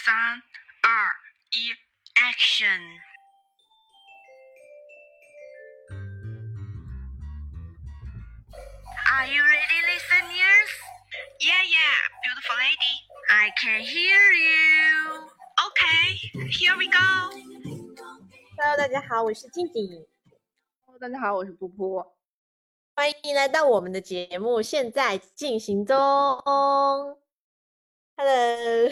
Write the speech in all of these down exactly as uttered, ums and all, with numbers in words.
三、二、一 ，Action！ Are you ready, listeners? Yeah, yeah, beautiful lady. I can hear you. Okay, here we go. Hello， 大家好，我是静静。 Hello， 大家好，我是波波。 欢迎来到我们的节目，现在进行中。Hello，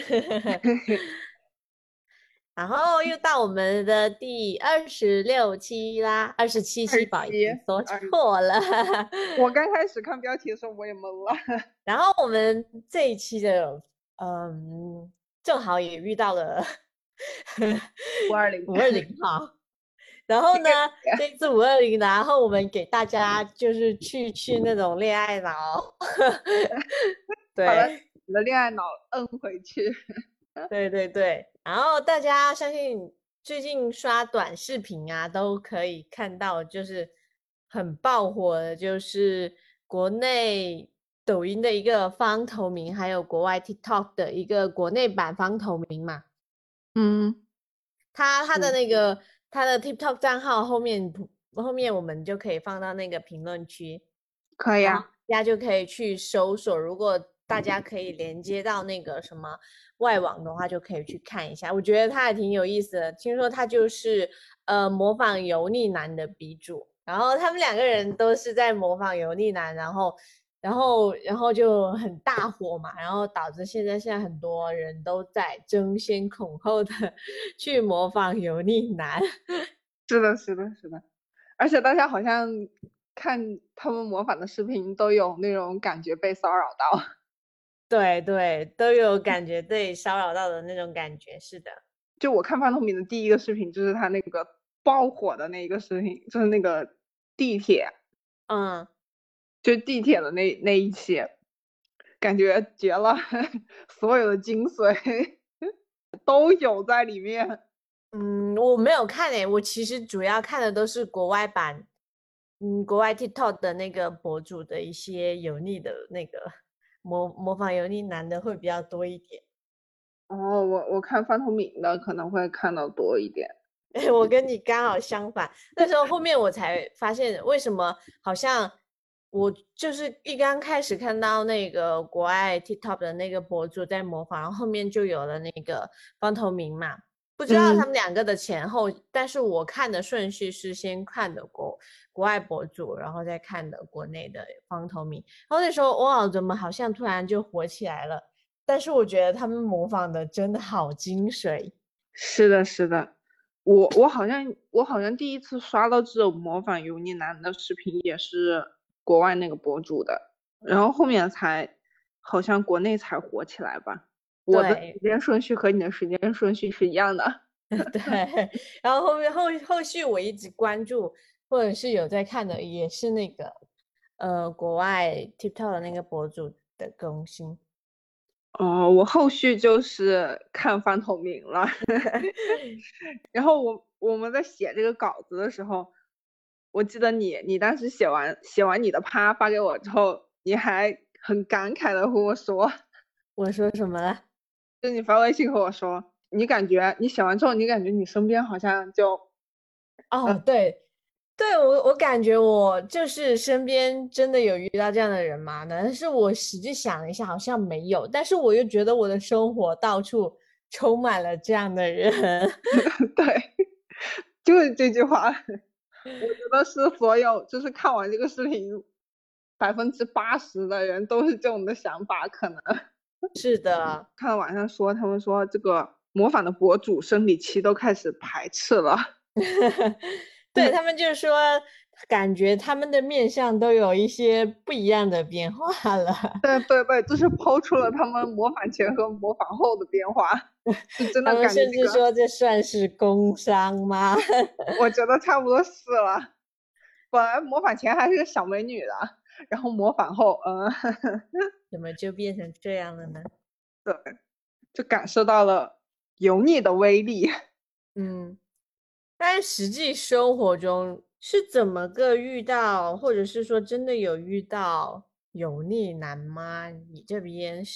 然后又到我们的第二十六期啦，二十七期，不好意思，说错了。 我刚开始看标题的时候我也懵了。 然后我们这一期的，嗯，正好也遇到了五二零五二零号。然后呢，这次五二零，然后我们给大家就是去去那种恋爱脑，对， 把你的恋爱脑摁回去。 对对对。然后大家相信最近刷短视频啊，都可以看到，就是很爆火的，就是国内抖音的一个方头名，还有国外 TikTok 的一个国内版方头名嘛。 嗯， 他他的那个。他的 TikTok 账号后面后面我们就可以放到那个评论区， 可以啊， 大家就可以去搜索。如果大家可以连接到那个什么外网的话，就可以去看一下。我觉得他也挺有意思的。听说他就是呃模仿油腻男的鼻祖，然后他们两个人都是在模仿油腻男，然后。然后，然后就很大火嘛，然后导致现在现在很多人都在争先恐后的去模仿油腻男。 是的，是的，是的，而且大家好像看他们模仿的视频都有那种感觉被骚扰到。 对对，都有感觉被骚扰到的那种感觉，是的。 就我看方头敏的第一个视频，就是他那个爆火的那一个视频，就是那个地铁， 嗯。 就地铁的那那一期，感觉绝了，所有的精髓都有在里面。 嗯，我没有看诶、欸，我其实主要看的都是国外版，嗯，国外 TikTok 的那个博主的一些油腻的那个模模仿油腻男的会比较多一点。 哦，我我看方头敏的可能会看到多一点。 我跟你刚好相反，那时候后面我才发现为什么好像我就是一刚开始看到那个国外 TikTok 的那个博主在模仿，然后后面就有了那个方头敏嘛，不知道他们两个的前后，嗯、但是我看的顺序是先看的国国外博主，然后再看的国内的方头敏，然后那时候哇，怎么好像突然就火起来了？但是我觉得他们模仿的真的好精髓。 是的，是的。我我好像我好像第一次刷到这种模仿油腻男的视频也是国外那个博主的，然后后面才好像国内才火起来吧。我的时间顺序和你的时间顺序是一样的。 对，然后后面后后续我一直关注或者是有在看的也是那个呃国外 TikTok 的那个博主的更新。 哦，我后续就是看方头敏了。然后我我们在写这个稿子的时候，我记得你你当时写完写完你的趴发给我之后，你还很感慨的和我说， 我说什么了？ 就你发微信和我说，你感觉你写完之后，你感觉你身边好像就， 哦，呃、对。对，我我感觉我就是身边真的有遇到这样的人吗？但是我实际想一下，好像没有。但是我又觉得我的生活到处充满了这样的人。 对，就是这句话。我觉得是所有就是看完这个视频，百分之八十的人都是这种的想法，可能。 是的， 看网上说，他们说这个模仿的博主生理期都开始排斥了。 对，他们就说，感觉他们的面相都有一些不一样的变化了。 对对对，就是抛出了他们模仿前和模仿后的变化，是真的感觉、这个。 他们甚至说这算是工伤吗？ 我觉得差不多是了。本来模仿前还是个小美女的，然后模仿后，嗯， 怎么就变成这样了呢？ 对，就感受到了油腻的威力。 嗯。但实际生活中是怎么个遇到，或者是说真的有遇到油腻男吗？你这边是？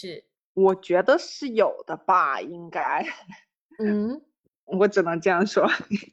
我觉得是有的吧，应该。 嗯， 我只能这样说。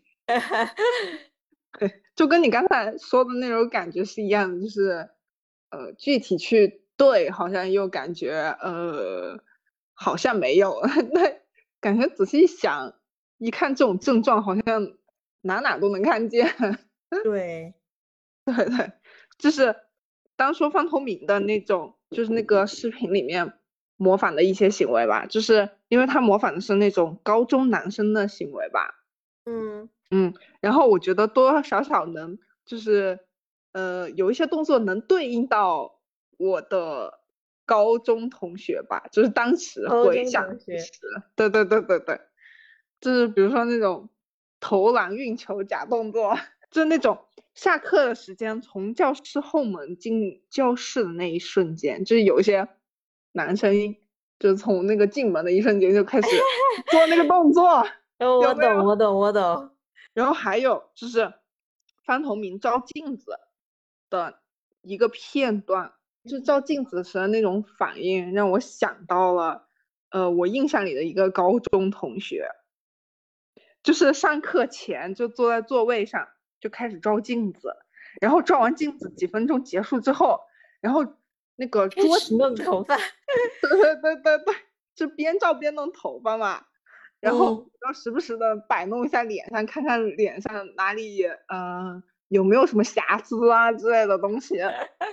对，就跟你刚才说的那种感觉是一样的，就是呃，具体去对，好像又感觉呃，好像没有。那感觉仔细一想，一看这种症状，好像哪哪都能看见。 对， 就是当说方头敏的那种，就是那个视频里面模仿的一些行为吧，就是因为他模仿的是那种高中男生的行为吧。 嗯， 嗯，然后我觉得多多少少能就是呃有一些动作能对应到我的高中同学吧，就是当时高中回想同学， 时，对对对对对，就是比如说那种投篮运球假动作，就是那种下课的时间从教室后门进教室的那一瞬间，就是有一些男生就是从那个进门的一瞬间就开始做那个动作。 哦， 有没有？ 我懂，我懂，我懂。 然后还有就是方头明照镜子的一个片段，就照镜子时的那种反应，让我想到了呃我印象里的一个高中同学，就是上课前就坐在座位上就开始照镜子，然后照完镜子几分钟结束之后，然后那个开桌始弄头发。 对对对对对，就边照边弄头发嘛。然后嗯， 要时不时的摆弄一下脸上，看看脸上哪里呃有没有什么瑕疵啊之类的东西。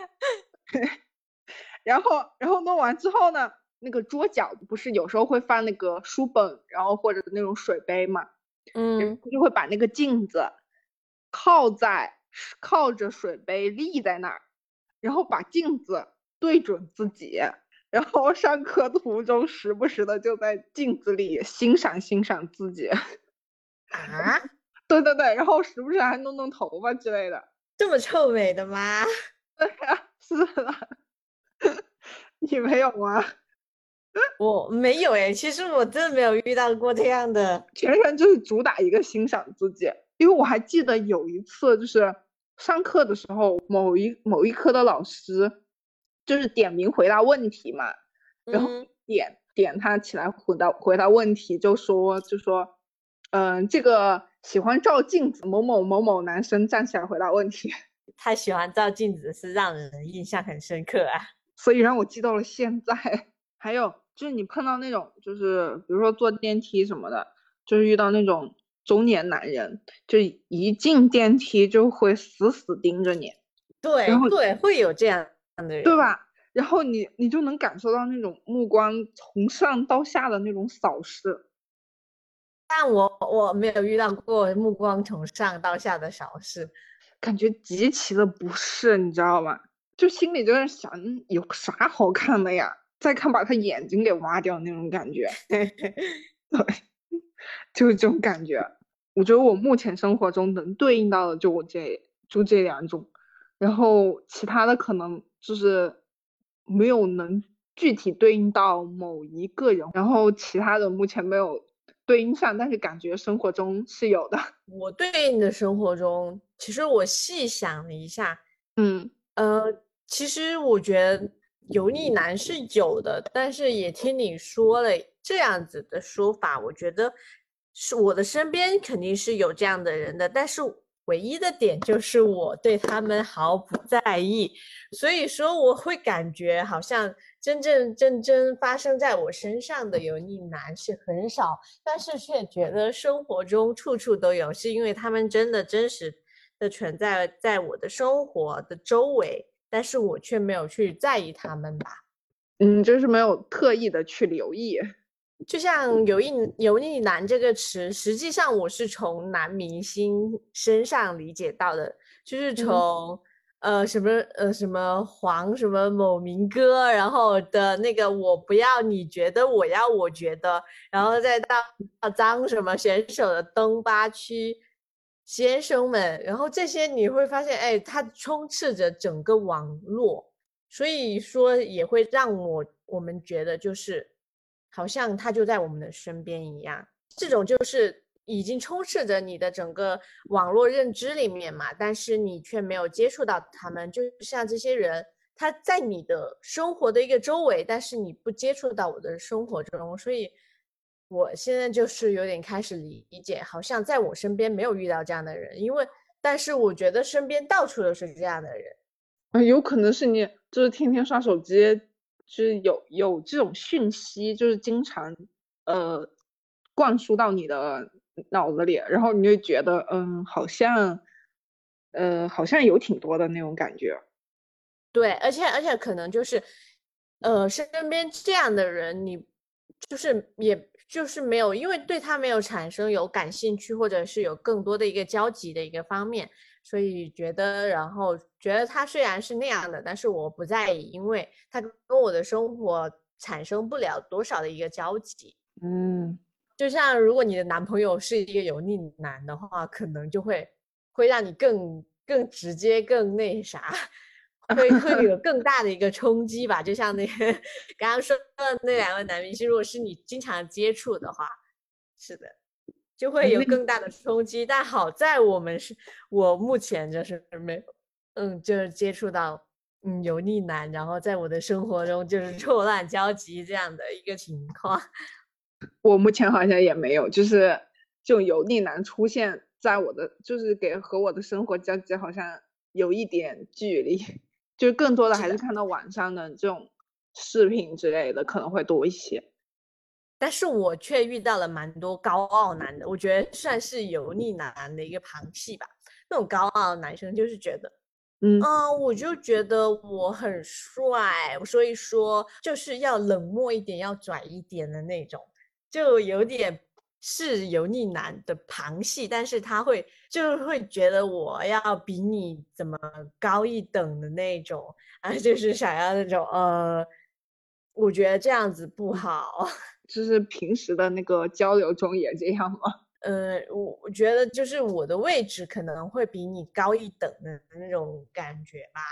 然后然后弄完之后呢，那个桌角不是有时候会放那个书本，然后或者那种水杯嘛， 嗯， 就会把那个镜子靠在靠着水杯立在那儿，然后把镜子对准自己，然后上课途中时不时的就在镜子里欣赏欣赏自己。 啊， 对对对，然后时不时还弄弄头发之类的。 这么臭美的吗？ 对呀，是的。你没有吗？ 我没有诶，其实我真的没有遇到过这样的。 全程就是主打一个欣赏自己。因为我还记得有一次，就是上课的时候，某一某一科的老师就是点名回答问题嘛，然后嗯， 点点他起来回答回答问题，就说就说，嗯、呃，这个喜欢照镜子某某某某男生站起来回答问题。 太喜欢照镜子是让人印象很深刻啊。 所以让我记到了现在。还有就是你碰到那种就是比如说坐电梯什么的，就是遇到那种中年男人，就一进电梯就会死死盯着你，然后对对，会有这样的人。 对吧？然后你你就能感受到那种目光从上到下的那种扫视。 但我我没有遇到过目光从上到下的扫视。 感觉极其的不适，你知道吗？就心里就在想，嗯有啥好看的呀？再看把他眼睛给挖掉那种感觉。就是这种感觉。我觉得我目前生活中能对应到的就我这就这两种，然后其他的可能就是没有能具体对应到某一个人，然后其他的目前没有对应上，但是感觉生活中是有的。 我对应的生活中，其实我细想了一下， 嗯呃，其实我觉得油腻男是有的，但是也听你说了这样子的说法，我觉得是我的身边肯定是有这样的人的，但是唯一的点就是我对他们毫不在意，所以说我会感觉好像真正真正发生在我身上的油腻男是很少，但是却觉得生活中处处都有，是因为他们真的真实的存在在我的生活的周围，但是我却没有去在意他们吧。 嗯，就是没有特意的去留意。 就像油腻油腻男这个词，实际上我是从男明星身上理解到的，就是从、嗯、呃什么呃什么黄什么某民歌，然后的那个我不要你觉得我要我觉得，然后再到到张什么选手的东八区先生们，然后这些你会发现，哎，它充斥着整个网络，所以说也会让我我们觉得就是好像他就在我们的身边一样，这种就是已经充斥着你的整个网络认知里面嘛，但是你却没有接触到他们，就像这些人他在你的生活的一个周围，但是你不接触到我的生活中，所以我现在就是有点开始理解，好像在我身边没有遇到这样的人，因为但是我觉得身边到处都是这样的人。 啊，有可能是你就是天天刷手机，就是有有这种讯息，就是经常呃灌输到你的脑子里，然后你就觉得嗯，好像呃好像有挺多的那种感觉。 对，而且而且可能就是，呃，身边这样的人，你就是也就是没有，因为对他没有产生有感兴趣，或者是有更多的一个交集的一个方面，所以觉得，然后觉得他虽然是那样的，但是我不在意，因为他跟我的生活产生不了多少的一个交集。 嗯， 就像如果你的男朋友是一个油腻男的话，可能就会会让你更更直接、更那啥。会会有更大的一个冲击吧，就像那个刚刚说的那两位男明星，如果是你经常接触的话，是的，就会有更大的冲击。但好在我们是，我目前就是没有，嗯，就是接触到嗯油腻男，然后在我的生活中就是错乱交集这样的一个情况。 我目前好像也没有，就是这种油腻男出现在我的，就是给和我的生活交集好像有一点距离。就是更多的还是看到网上的这种视频之类的可能会多一些， 但是我却遇到了蛮多高傲男的，我觉得算是油腻男的一个旁系吧。那种高傲的男生就是觉得， 嗯， 啊、我就觉得我很帅，所以说就是要冷漠一点，要拽一点的那种，就有点是油腻男的旁系，但是他会就会觉得我要比你怎么高一等的那种啊，就是想要那种呃，我觉得这样子不好。 就是平时的那个交流中也这样吗？ 呃，我我觉得就是我的位置可能会比你高一等的那种感觉吧。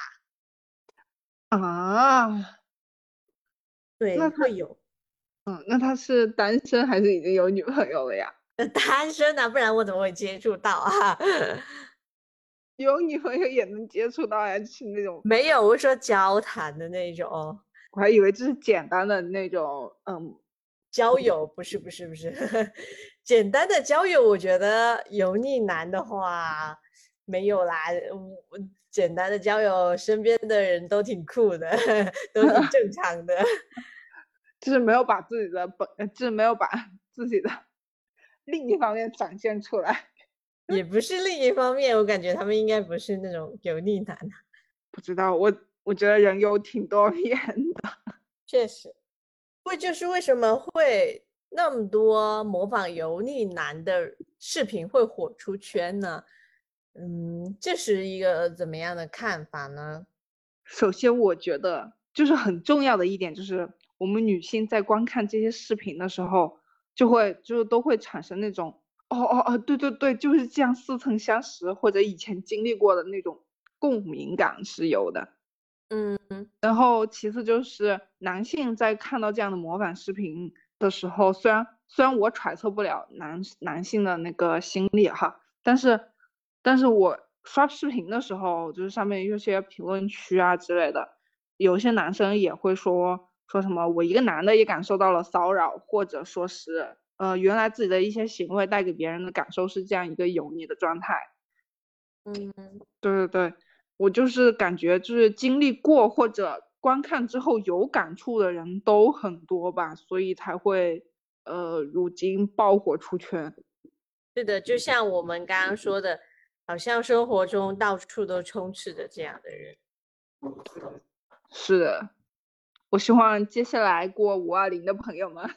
啊，那对， 他， 会有。 嗯，那他是单身还是已经有女朋友了呀？ 单身啊，不然我怎么会接触到啊？ 有女朋友也能接触到呀，就是那种， 没有，我说交谈的那种我还以为就是简单的那种，嗯， 交友，不是不是不是，简单的交友，我觉得油腻男的话没有啦，我简单的交友，身边的人都挺酷的，都挺正常的。 就是没有把自己的本，呃就是没有把自己的另一方面展现出来。 也不是另一方面，我感觉他们应该不是那种油腻男。 不知道，我我觉得人有挺多面的。 确实，会就是为什么会那么多模仿油腻男的视频会火出圈呢？嗯，这是一个怎么样的看法呢？ 首先，我觉得就是很重要的一点，就是我们女性在观看这些视频的时候，就会就是都会产生那种哦哦哦，对对对，就是这样似曾相识，或者以前经历过的那种共鸣感是有的。 嗯， 然后其次就是男性在看到这样的模仿视频的时候，虽然虽然我揣测不了男男性的那个心理哈，但是但是我刷视频的时候，就是上面有些评论区啊之类的，有些男生也会说说什么我一个男的也感受到了骚扰，或者说是呃原来自己的一些行为带给别人的感受是这样一个油腻的状态。 嗯， 对对对，我就是感觉就是经历过或者观看之后有感触的人都很多吧，所以才会呃如今爆火出圈。 是的，就像我们刚刚说的，好像生活中到处都充斥着这样的人。 是的，我希望接下来过五二零的朋友们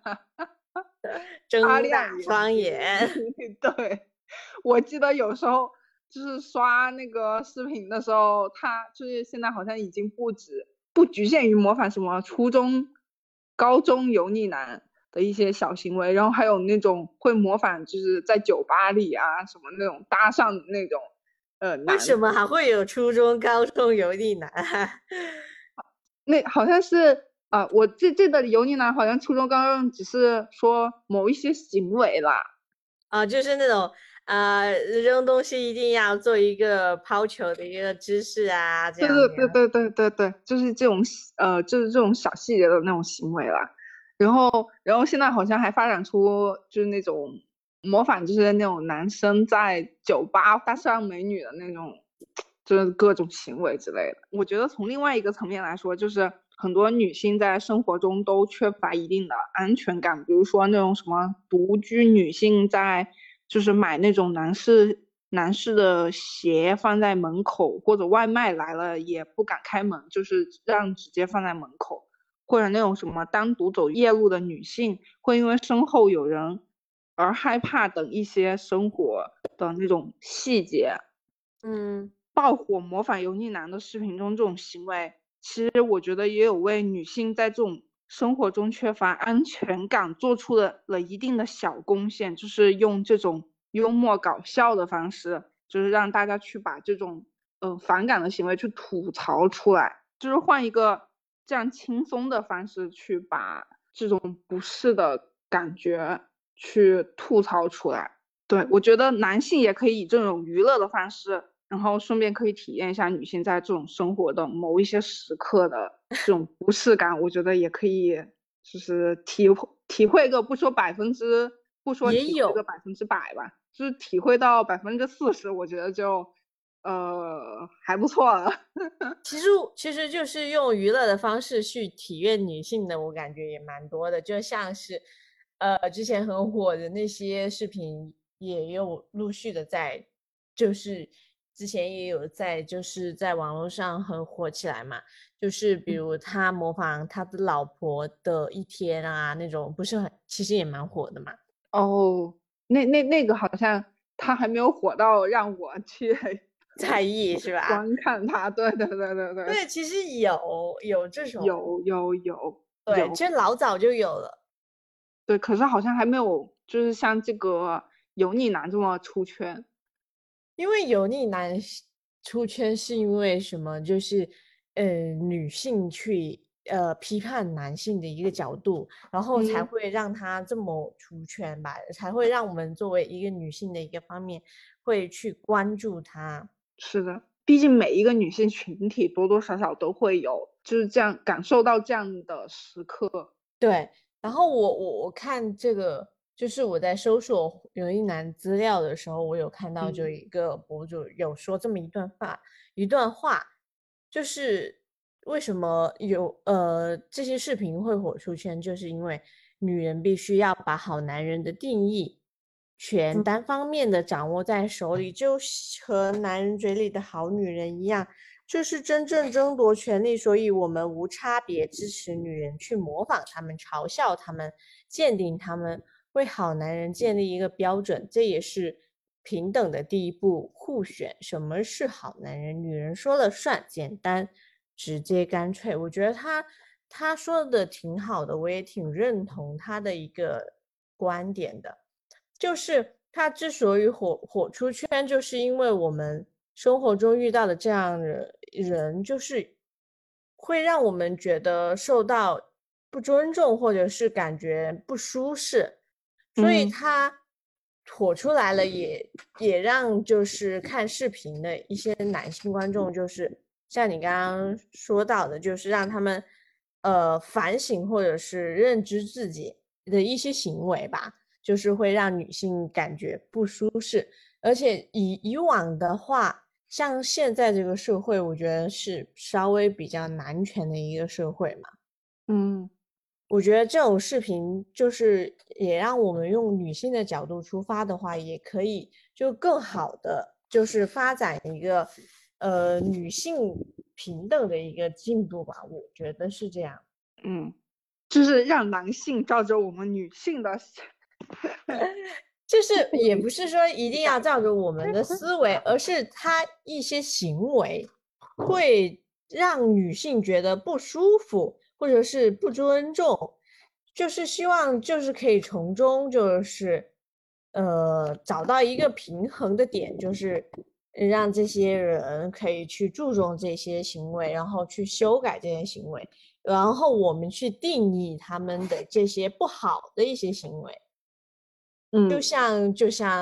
擦睁大亮眼双睛。 眼。 对，我记得有时候就是刷那个视频的时候，他就是现在好像已经不止不局限于模仿什么初中、高中油腻男的一些小行为，然后还有那种会模仿就是在酒吧里啊什么那种搭讪的那种呃男， 为什么还会有初中、高中油腻男？ 那好像是啊、呃我这这的油腻男好像初中、高中只是说某一些行为啦。 啊，就是那种呃扔东西一定要做一个抛球的一个姿势啊，这对样子。 对对对对对对，就是这种呃，就是这种小细节的那种行为啦。然后，然后现在好像还发展出就是那种模仿，就是那种男生在酒吧大上美女的那种，就是各种行为之类的。我觉得从另外一个层面来说，就是很多女性在生活中都缺乏一定的安全感，比如说那种什么独居女性在就是买那种男士男士的鞋放在门口，或者外卖来了也不敢开门，就是让直接放在门口。或者那种什么单独走夜路的女性，会因为身后有人而害怕等一些生活的那种细节。 嗯， 爆火模仿油腻男的视频中这种行为，其实我觉得也有为女性在这种生活中缺乏安全感做出了了一定的小贡献，就是用这种幽默搞笑的方式，就是让大家去把这种嗯、呃、反感的行为去吐槽出来，就是换一个这样轻松的方式去把这种不适的感觉去吐槽出来。对，我觉得男性也可以以这种娱乐的方式，然后顺便可以体验一下女性在这种生活的某一些时刻的这种不适感，我觉得也可以就是体会体会个不说百分之不说体会个百分之百吧，就是体会到百分之四十，我觉得就呃还不错了。 其实其实就是用娱乐的方式去体验女性的，我感觉也蛮多的，就像是呃之前很火的那些视频，也有陆续的在，就是之前也有在就是在网络上很火起来嘛，就是比如他模仿他的老婆的一天啊那种，不是很其实也蛮火的嘛。 哦，那那那个好像他还没有火到让我去在意是吧？ 观看他，对对对对对， 对，其实有有这种， 有有有对， 有， 其实老早就有了。 对，可是好像还没有，就是像这个油腻男这么出圈。 因为油腻男出圈是因为什么？就是呃，女性去呃批判男性的一个角度，然后才嗯， 会让他这么出圈吧，才会让我们作为一个女性的一个方面会去关注他。 是的，毕竟每一个女性群体多多少少都会有，就是这样感受到这样的时刻。 对，然后我我我看这个，就是我在搜索有一男资料的时候，我有看到就嗯一个博主有说这么一段话，一段话，就是为什么有呃这些视频会火出圈，就是因为女人必须要把好男人的定义全嗯单方面的掌握在手里，就和男人嘴里的好女人一样。就是真正争夺权利，所以我们无差别支持女人去模仿他们、嘲笑他们、鉴定他们，为好男人建立一个标准，这也是平等的第一步。互选，什么是好男人？女人说了算，简单、直接、干脆。我觉得他他说的挺好的，我也挺认同他的一个观点的。就是他之所以火火出圈，就是因为我们生活中遇到的这样的人，就是会让我们觉得受到不尊重，或者是感觉不舒适，所以嗯他火出来了也，也让就是看视频的一些男性观众，就是像你刚刚说到的，就是让他们呃反省或者是认知自己的一些行为吧。就是会让女性感觉不舒适，而且以以往的话，像现在这个社会，我觉得是稍微比较男权的一个社会嘛。 嗯我觉得这种视频就是也让我们用女性的角度出发的话，也可以就更好的就是发展一个呃女性平等的一个进步吧，我觉得是这样。 嗯，就是让男性照着我们女性的就是也不是说一定要照着我们的思维，而是他一些行为会让女性觉得不舒服，或者是不尊重，就是希望就是可以从中就是呃找到一个平衡的点，就是让这些人可以去注重这些行为，然后去修改这些行为，然后我们去定义他们的这些不好的一些行为。就嗯像就像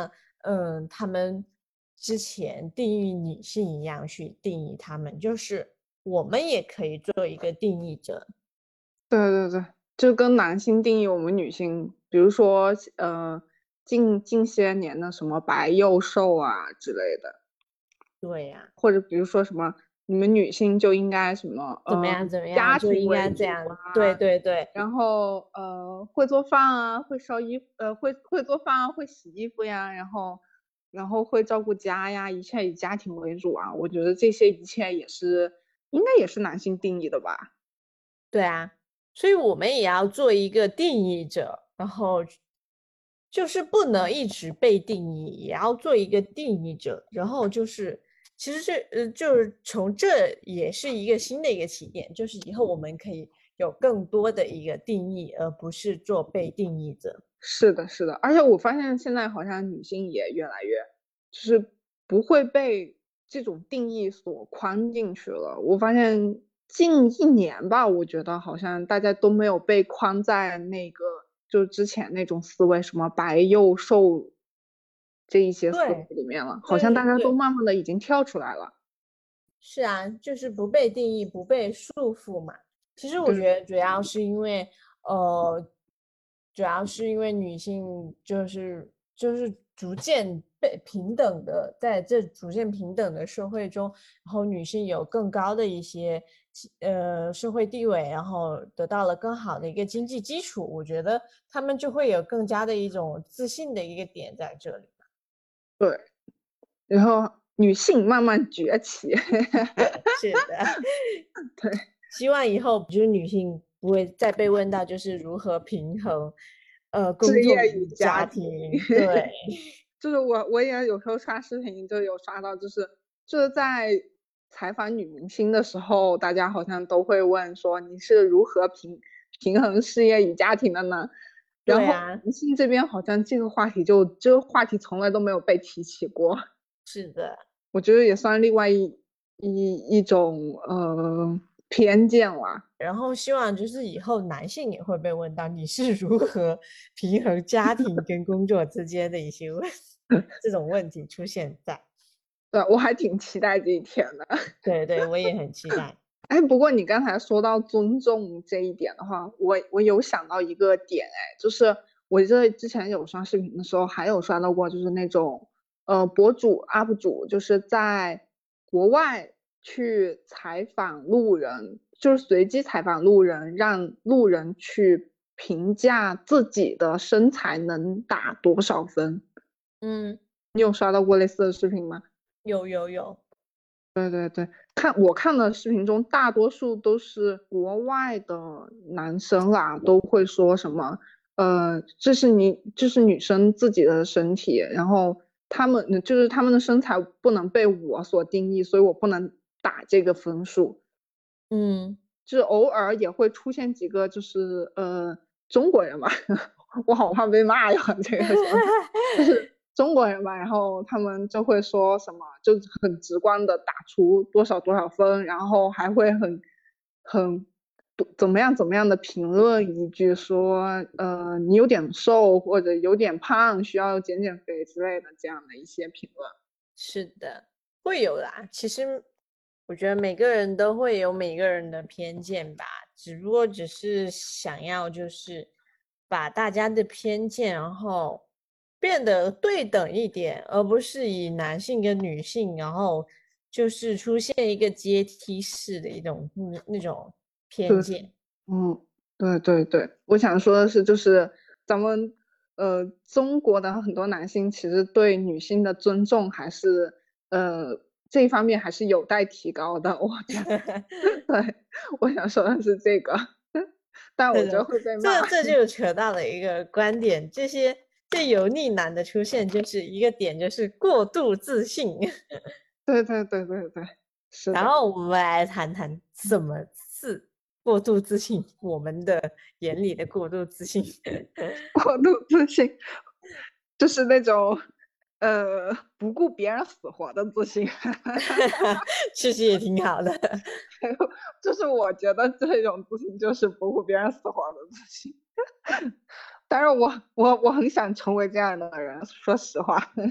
嗯，他们之前定义女性一样去定义他们，就是我们也可以做一个定义者。 对对对，就跟男性定义我们女性，比如说呃近近些年的什么白幼瘦啊之类的， 对呀、 或者比如说什么你们女性就应该什么怎么呃样怎么样家就应庭为主该这样。对啊， 对对， 然后呃会做饭啊，会烧衣服，呃会会做饭啊，会洗衣服呀，然后然后会照顾家呀，一切以家庭为主啊。我觉得这些一切也是应该也是男性定义的吧。 对啊，所以我们也要做一个定义者，然后就是不能一直被定义，也要做一个定义者，然后就是其实是呃，就是从这也是一个新的一个起点，就是以后我们可以有更多的一个定义，而不是做被定义者。 是的，是的，而且我发现现在好像女性也越来越，就是不会被这种定义所框进去了。我发现近一年吧，我觉得好像大家都没有被框在那个就之前那种思维，什么白幼瘦这一些思维对， 里面了，好像大家都对对对， 慢慢的已经跳出来了。 是啊，就是不被定义、不被束缚嘛。其实我对， 觉得主要是因为，呃，主要是因为女性就是就是逐渐被平等的，在这逐渐平等的社会中，然后女性有更高的一些呃社会地位，然后得到了更好的一个经济基础，我觉得她们就会有更加的一种自信的一个点在这里。 对，然后女性慢慢崛起。 是的， 对。 希望以后就是女性不会再被问到就是如何平衡呃工作职业与与家家庭。 庭。对， 就是我我也有时候刷视频就有刷到，就是就是在采访女明星的时候，大家好像都会问说你是如何平平衡事业与家庭的呢？然后对啊， 男性这边好像这个话题就这个话题从来都没有被提起过。 是的， 我觉得也算另外一一一种呃偏见了。 然后希望就是以后男性也会被问到你是如何平衡家庭跟工作之间的一些问这种问题出现在。 对，我还挺期待这一天的。 对对，我也很期待。 哎，不过你刚才说到尊重这一点的话，我我有想到一个点，哎，就是我这之前有刷视频的时候，还有刷到过，就是那种呃博主 U P 主，就是在国外去采访路人，就是随机采访路人，让路人去评价自己的身材能打多少分。 嗯， 你有刷到过类似的视频吗？ 有有有， 对对对，看我看的视频中，大多数都是国外的男生啦，都会说什么，呃，这是你，这是女生自己的身体，然后他们就是他们的身材不能被我所定义，所以我不能打这个分数。 嗯， 就是偶尔也会出现几个，就是呃中国人吧，我好怕被骂呀，这个时候就是中国人吧，然后他们就会说什么，就很直观的打出多少多少分，然后还会很很怎么样怎么样的评论一句说，呃你有点瘦或者有点胖，需要减减肥之类的这样的一些评论。 是的，会有啦。其实我觉得每个人都会有每个人的偏见吧，只不过只是想要就是把大家的偏见，然后变得对等一点，而不是以男性跟女性，然后就是出现一个阶梯式的一种那那种偏对， 见。 嗯，对对对，我想说的是，就是咱们呃中国的很多男性其实对女性的尊重还是呃这一方面还是有待提高的，我觉得。对，我想说的是这个，但我觉得这种， 会被骂。 这这就扯到了一个观点，这些这油腻男的出现，就是一个点，就是过度自信。 对对对对对，是然的， 后我们来谈谈什么是过度自信，我们的眼里的过度自信。 过度自信就是那种呃不顾别人死活的自信。 其实也挺好的。 还有就是我觉得这种自信就是不顾别人死活的自信。但是我我我很想成为这样的人，说实话。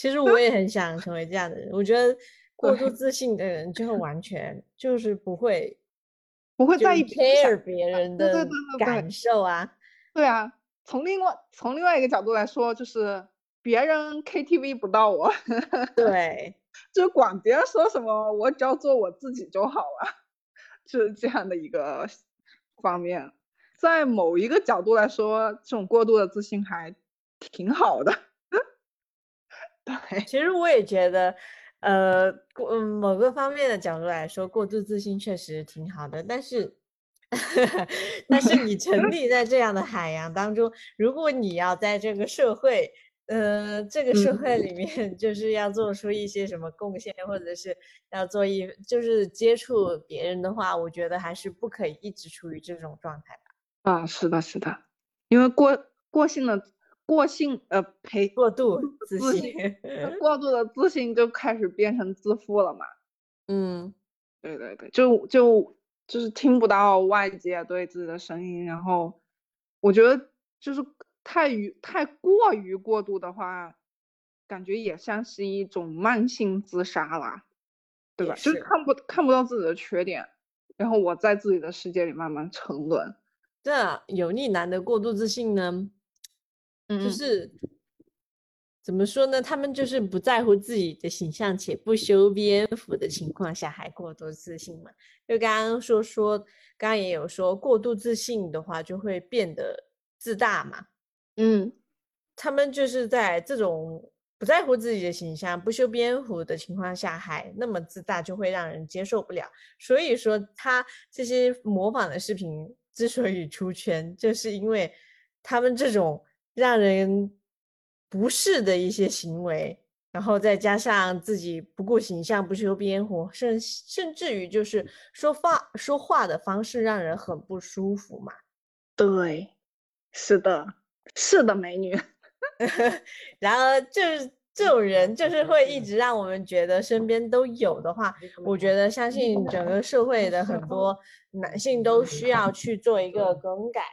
其实我也很想成为这样的人，我觉得过度对， 自信的人就完全就是不会就是不会在意别人想 care 别人对对对的对对感受啊。 对啊。从另外从另外一个角度来说，就是别人 K T V 不到我， 对， 就管别人说什么，我只要做我自己就好了，就是这样的一个方面。在某一个角度来说，这种过度的自信还挺好的。对， 其实我也觉得，呃，过嗯某个方面的角度来说，过度自信确实挺好的，但是，但是你沉溺在这样的海洋当中，如果你要在这个社会，呃，这个社嗯， 会里面，就是要做出一些什么贡献，或者是要做一，就是接触别人的话，我觉得还是不可以一直处于这种状态吧。 啊，是的，是的，因为过过性的过性呃呸， 过度自信。 自信，过度的自信就开始变成自负了嘛。 嗯， 对对对，就就就是听不到外界对自己的声音，然后我觉得就是太于太过于过度的话，感觉也像是一种慢性自杀啦，对吧？就是也是。 看不看不到自己的缺点，然后我在自己的世界里慢慢沉沦。 这油腻男的过度自信呢，就嗯是怎么说呢？他们就是不在乎自己的形象，且不修边幅的情况下还过度自信嘛。就刚刚说说，刚刚也有说，过度自信的话就会变得自大嘛。 嗯他们就是在这种不在乎自己的形象、不修边幅的情况下还那么自大，就会让人接受不了。所以说，他这些模仿的视频之所以出圈，就是因为他们这种让人不适的一些行为，然后再加上自己不顾形象、不修边幅，甚甚至于就是说话说话的方式让人很不舒服嘛。 对，是的，是的，美女。 然而，就是这种人，就是会一直让我们觉得身边都有的话，我觉得相信整个社会的很多男性都需要去做一个更改。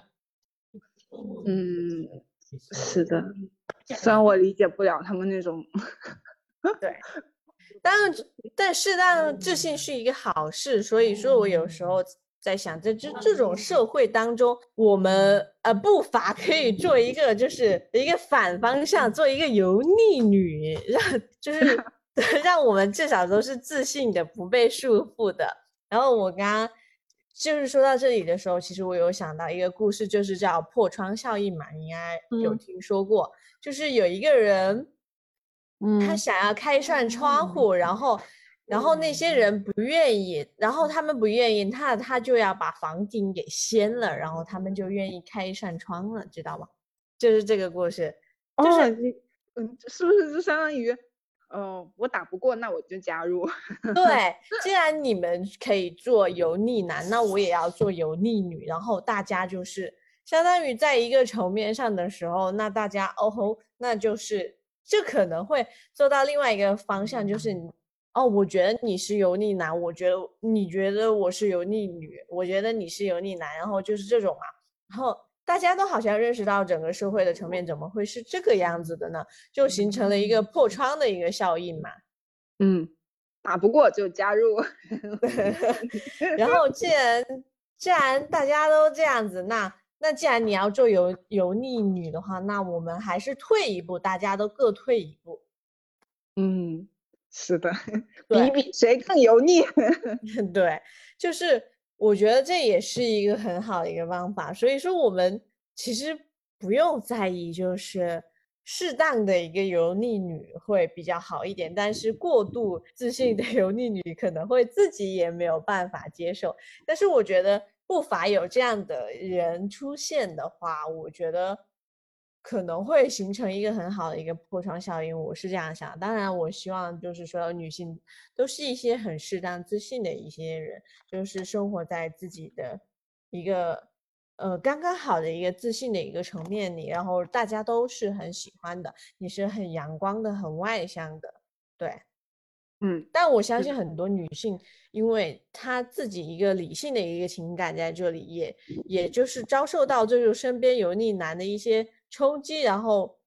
嗯，是的，虽然我理解不了他们那种。 对，但但适当自信是一个好事，所以说我有时候在想，在这这种社会当中，我们呃不乏可以做一个就是一个反方向，做一个油腻女，让就是让我们至少都是自信的，不被束缚的。然后我刚刚就是说到这里的时候，其实我有想到一个故事，就是叫破窗效应嘛，你应该有嗯听说过，就是有一个人。他嗯想要开一扇窗户，然后，然后那些人不愿意，然后他们不愿意，他他就要把房顶给掀了，然后他们就愿意开一扇窗了，知道吗？就是这个故事，就哦， 是你嗯，是不是就相当于，哦，我打不过，那我就加入。 对，既然你们可以做油腻男，那我也要做油腻女，然后大家就是相当于在一个层面上的时候，那大家哦吼，那就是这可能会做到另外一个方向，就是你哦，我觉得你是油腻男，我觉得你觉得我是油腻女，我觉得你是油腻男，然后就是这种嘛，然后大家都好像认识到整个社会的层面怎么会是这个样子的呢？就形成了一个破窗的一个效应嘛。 嗯，打不过就加入。 然后既然既然大家都这样子，那那既然你要做油油腻女的话，那我们还是退一步，大家都各退一步。 嗯，是的，比对一比谁更油腻。 对，就是我觉得这也是一个很好的一个方法。所以说，我们其实不用在意，就是适当的一个油腻女会比较好一点，但是过度自信的油腻女可能会自己也没有办法接受。但是我觉得不乏有这样的人出现的话，我觉得可能会形成一个很好的一个破窗效应，我是这样想。当然，我希望就是所有女性都是一些很适当自信的一些人，就是生活在自己的一个呃刚刚好的一个自信的一个层面里，然后大家都是很喜欢的，你是很阳光的、很外向的，对。 嗯， 但我相是的， 信很多女性，因为她自己一个理性的一个情感在这里，也也就是遭受到就是身边油腻男的一些冲击，然后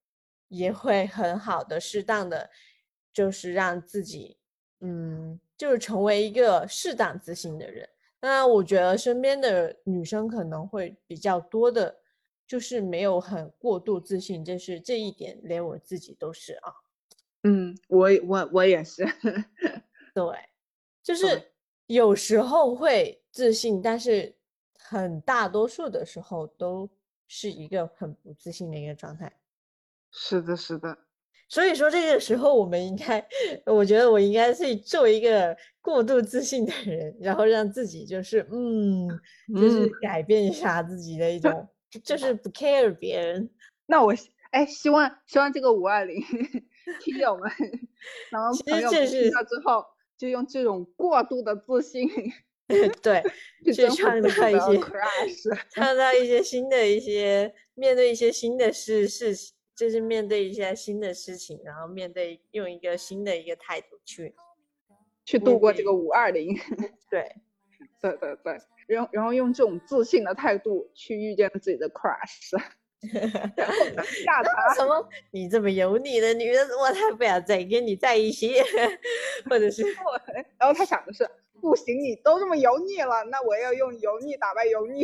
也会很好的适当的就是让自己嗯就是成为一个适当自信的人。那我觉得身边的女生可能会比较多的就是没有很过度自信，这是这一点连我自己都是啊。 嗯，我我我也是。 对，就对是有时候会自信，但是很大多数的时候都是一个很不自信的一个状态。 是的，是的。 所以说这个时候我们应该，我觉得我应该是做一个过度自信的人，然后让自己就是嗯，就是嗯， 改变一下自己的一种，就是不 care 别人。 那我希哎，希望希望这个五二零听友们，然后其朋友们听实这是到之后，就用这种过度的自信对， 去征服去创自己的造一些 crush。 创造一些新的一些面对一些新的事事情，就是面对一些新的事情，然后面对用一个新的一个态度去去度过这个五二零。 对对对对，然后然后用这种自信的态度去遇见自己的 crush， 然后拿下他。 什么？你这么油腻的女人，我才不要再跟你在一起，或者是， 然后他想的是，不行，你都这么油腻了，那我要用油腻打败油腻。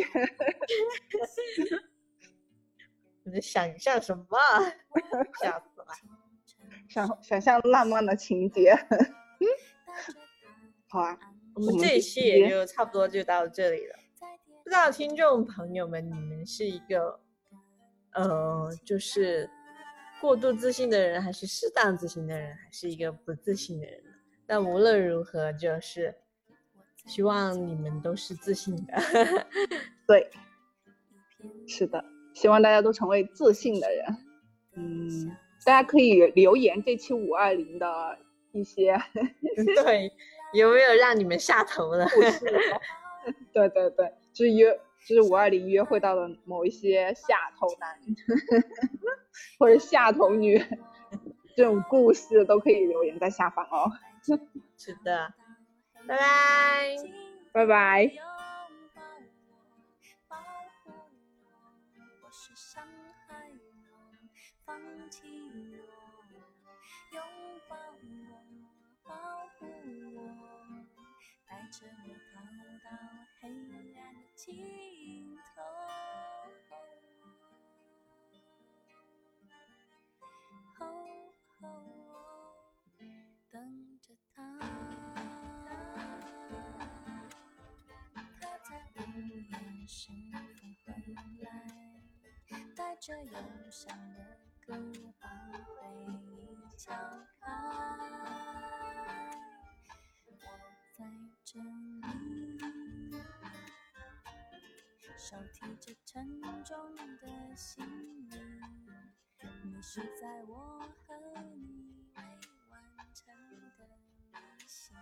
你在想象什么？笑死了！ 想想象浪漫的情节。好啊， 我们这一期也就差不多就到这里了。不知道听众朋友们，你们是一个呃，就是过度自信的人，还是适当自信的人，还是一个不自信的人呢？但无论如何，就是希望你们都是自信的。 对，是的，希望大家都成为自信的人。嗯，大家可以留言这期五二零的一些对，有没有让你们下头了？ 对对对，就是约，就是五二零约会到的某一些下头男或者下头女这种故事都可以留言在下方哦。 是的，拜拜， 拜拜。 放弃我，拥抱我，保护我，带着我逃到黑暗的尽头。哦哦，等着他，他在午夜时分回来，带着忧伤的歌把回忆敲开，我在这里，手提着沉重的行李，你是在我和你未完成的旅行，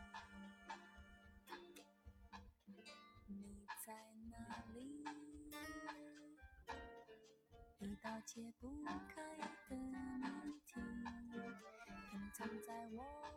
你在哪里？一道解不开的谜题，隐藏在我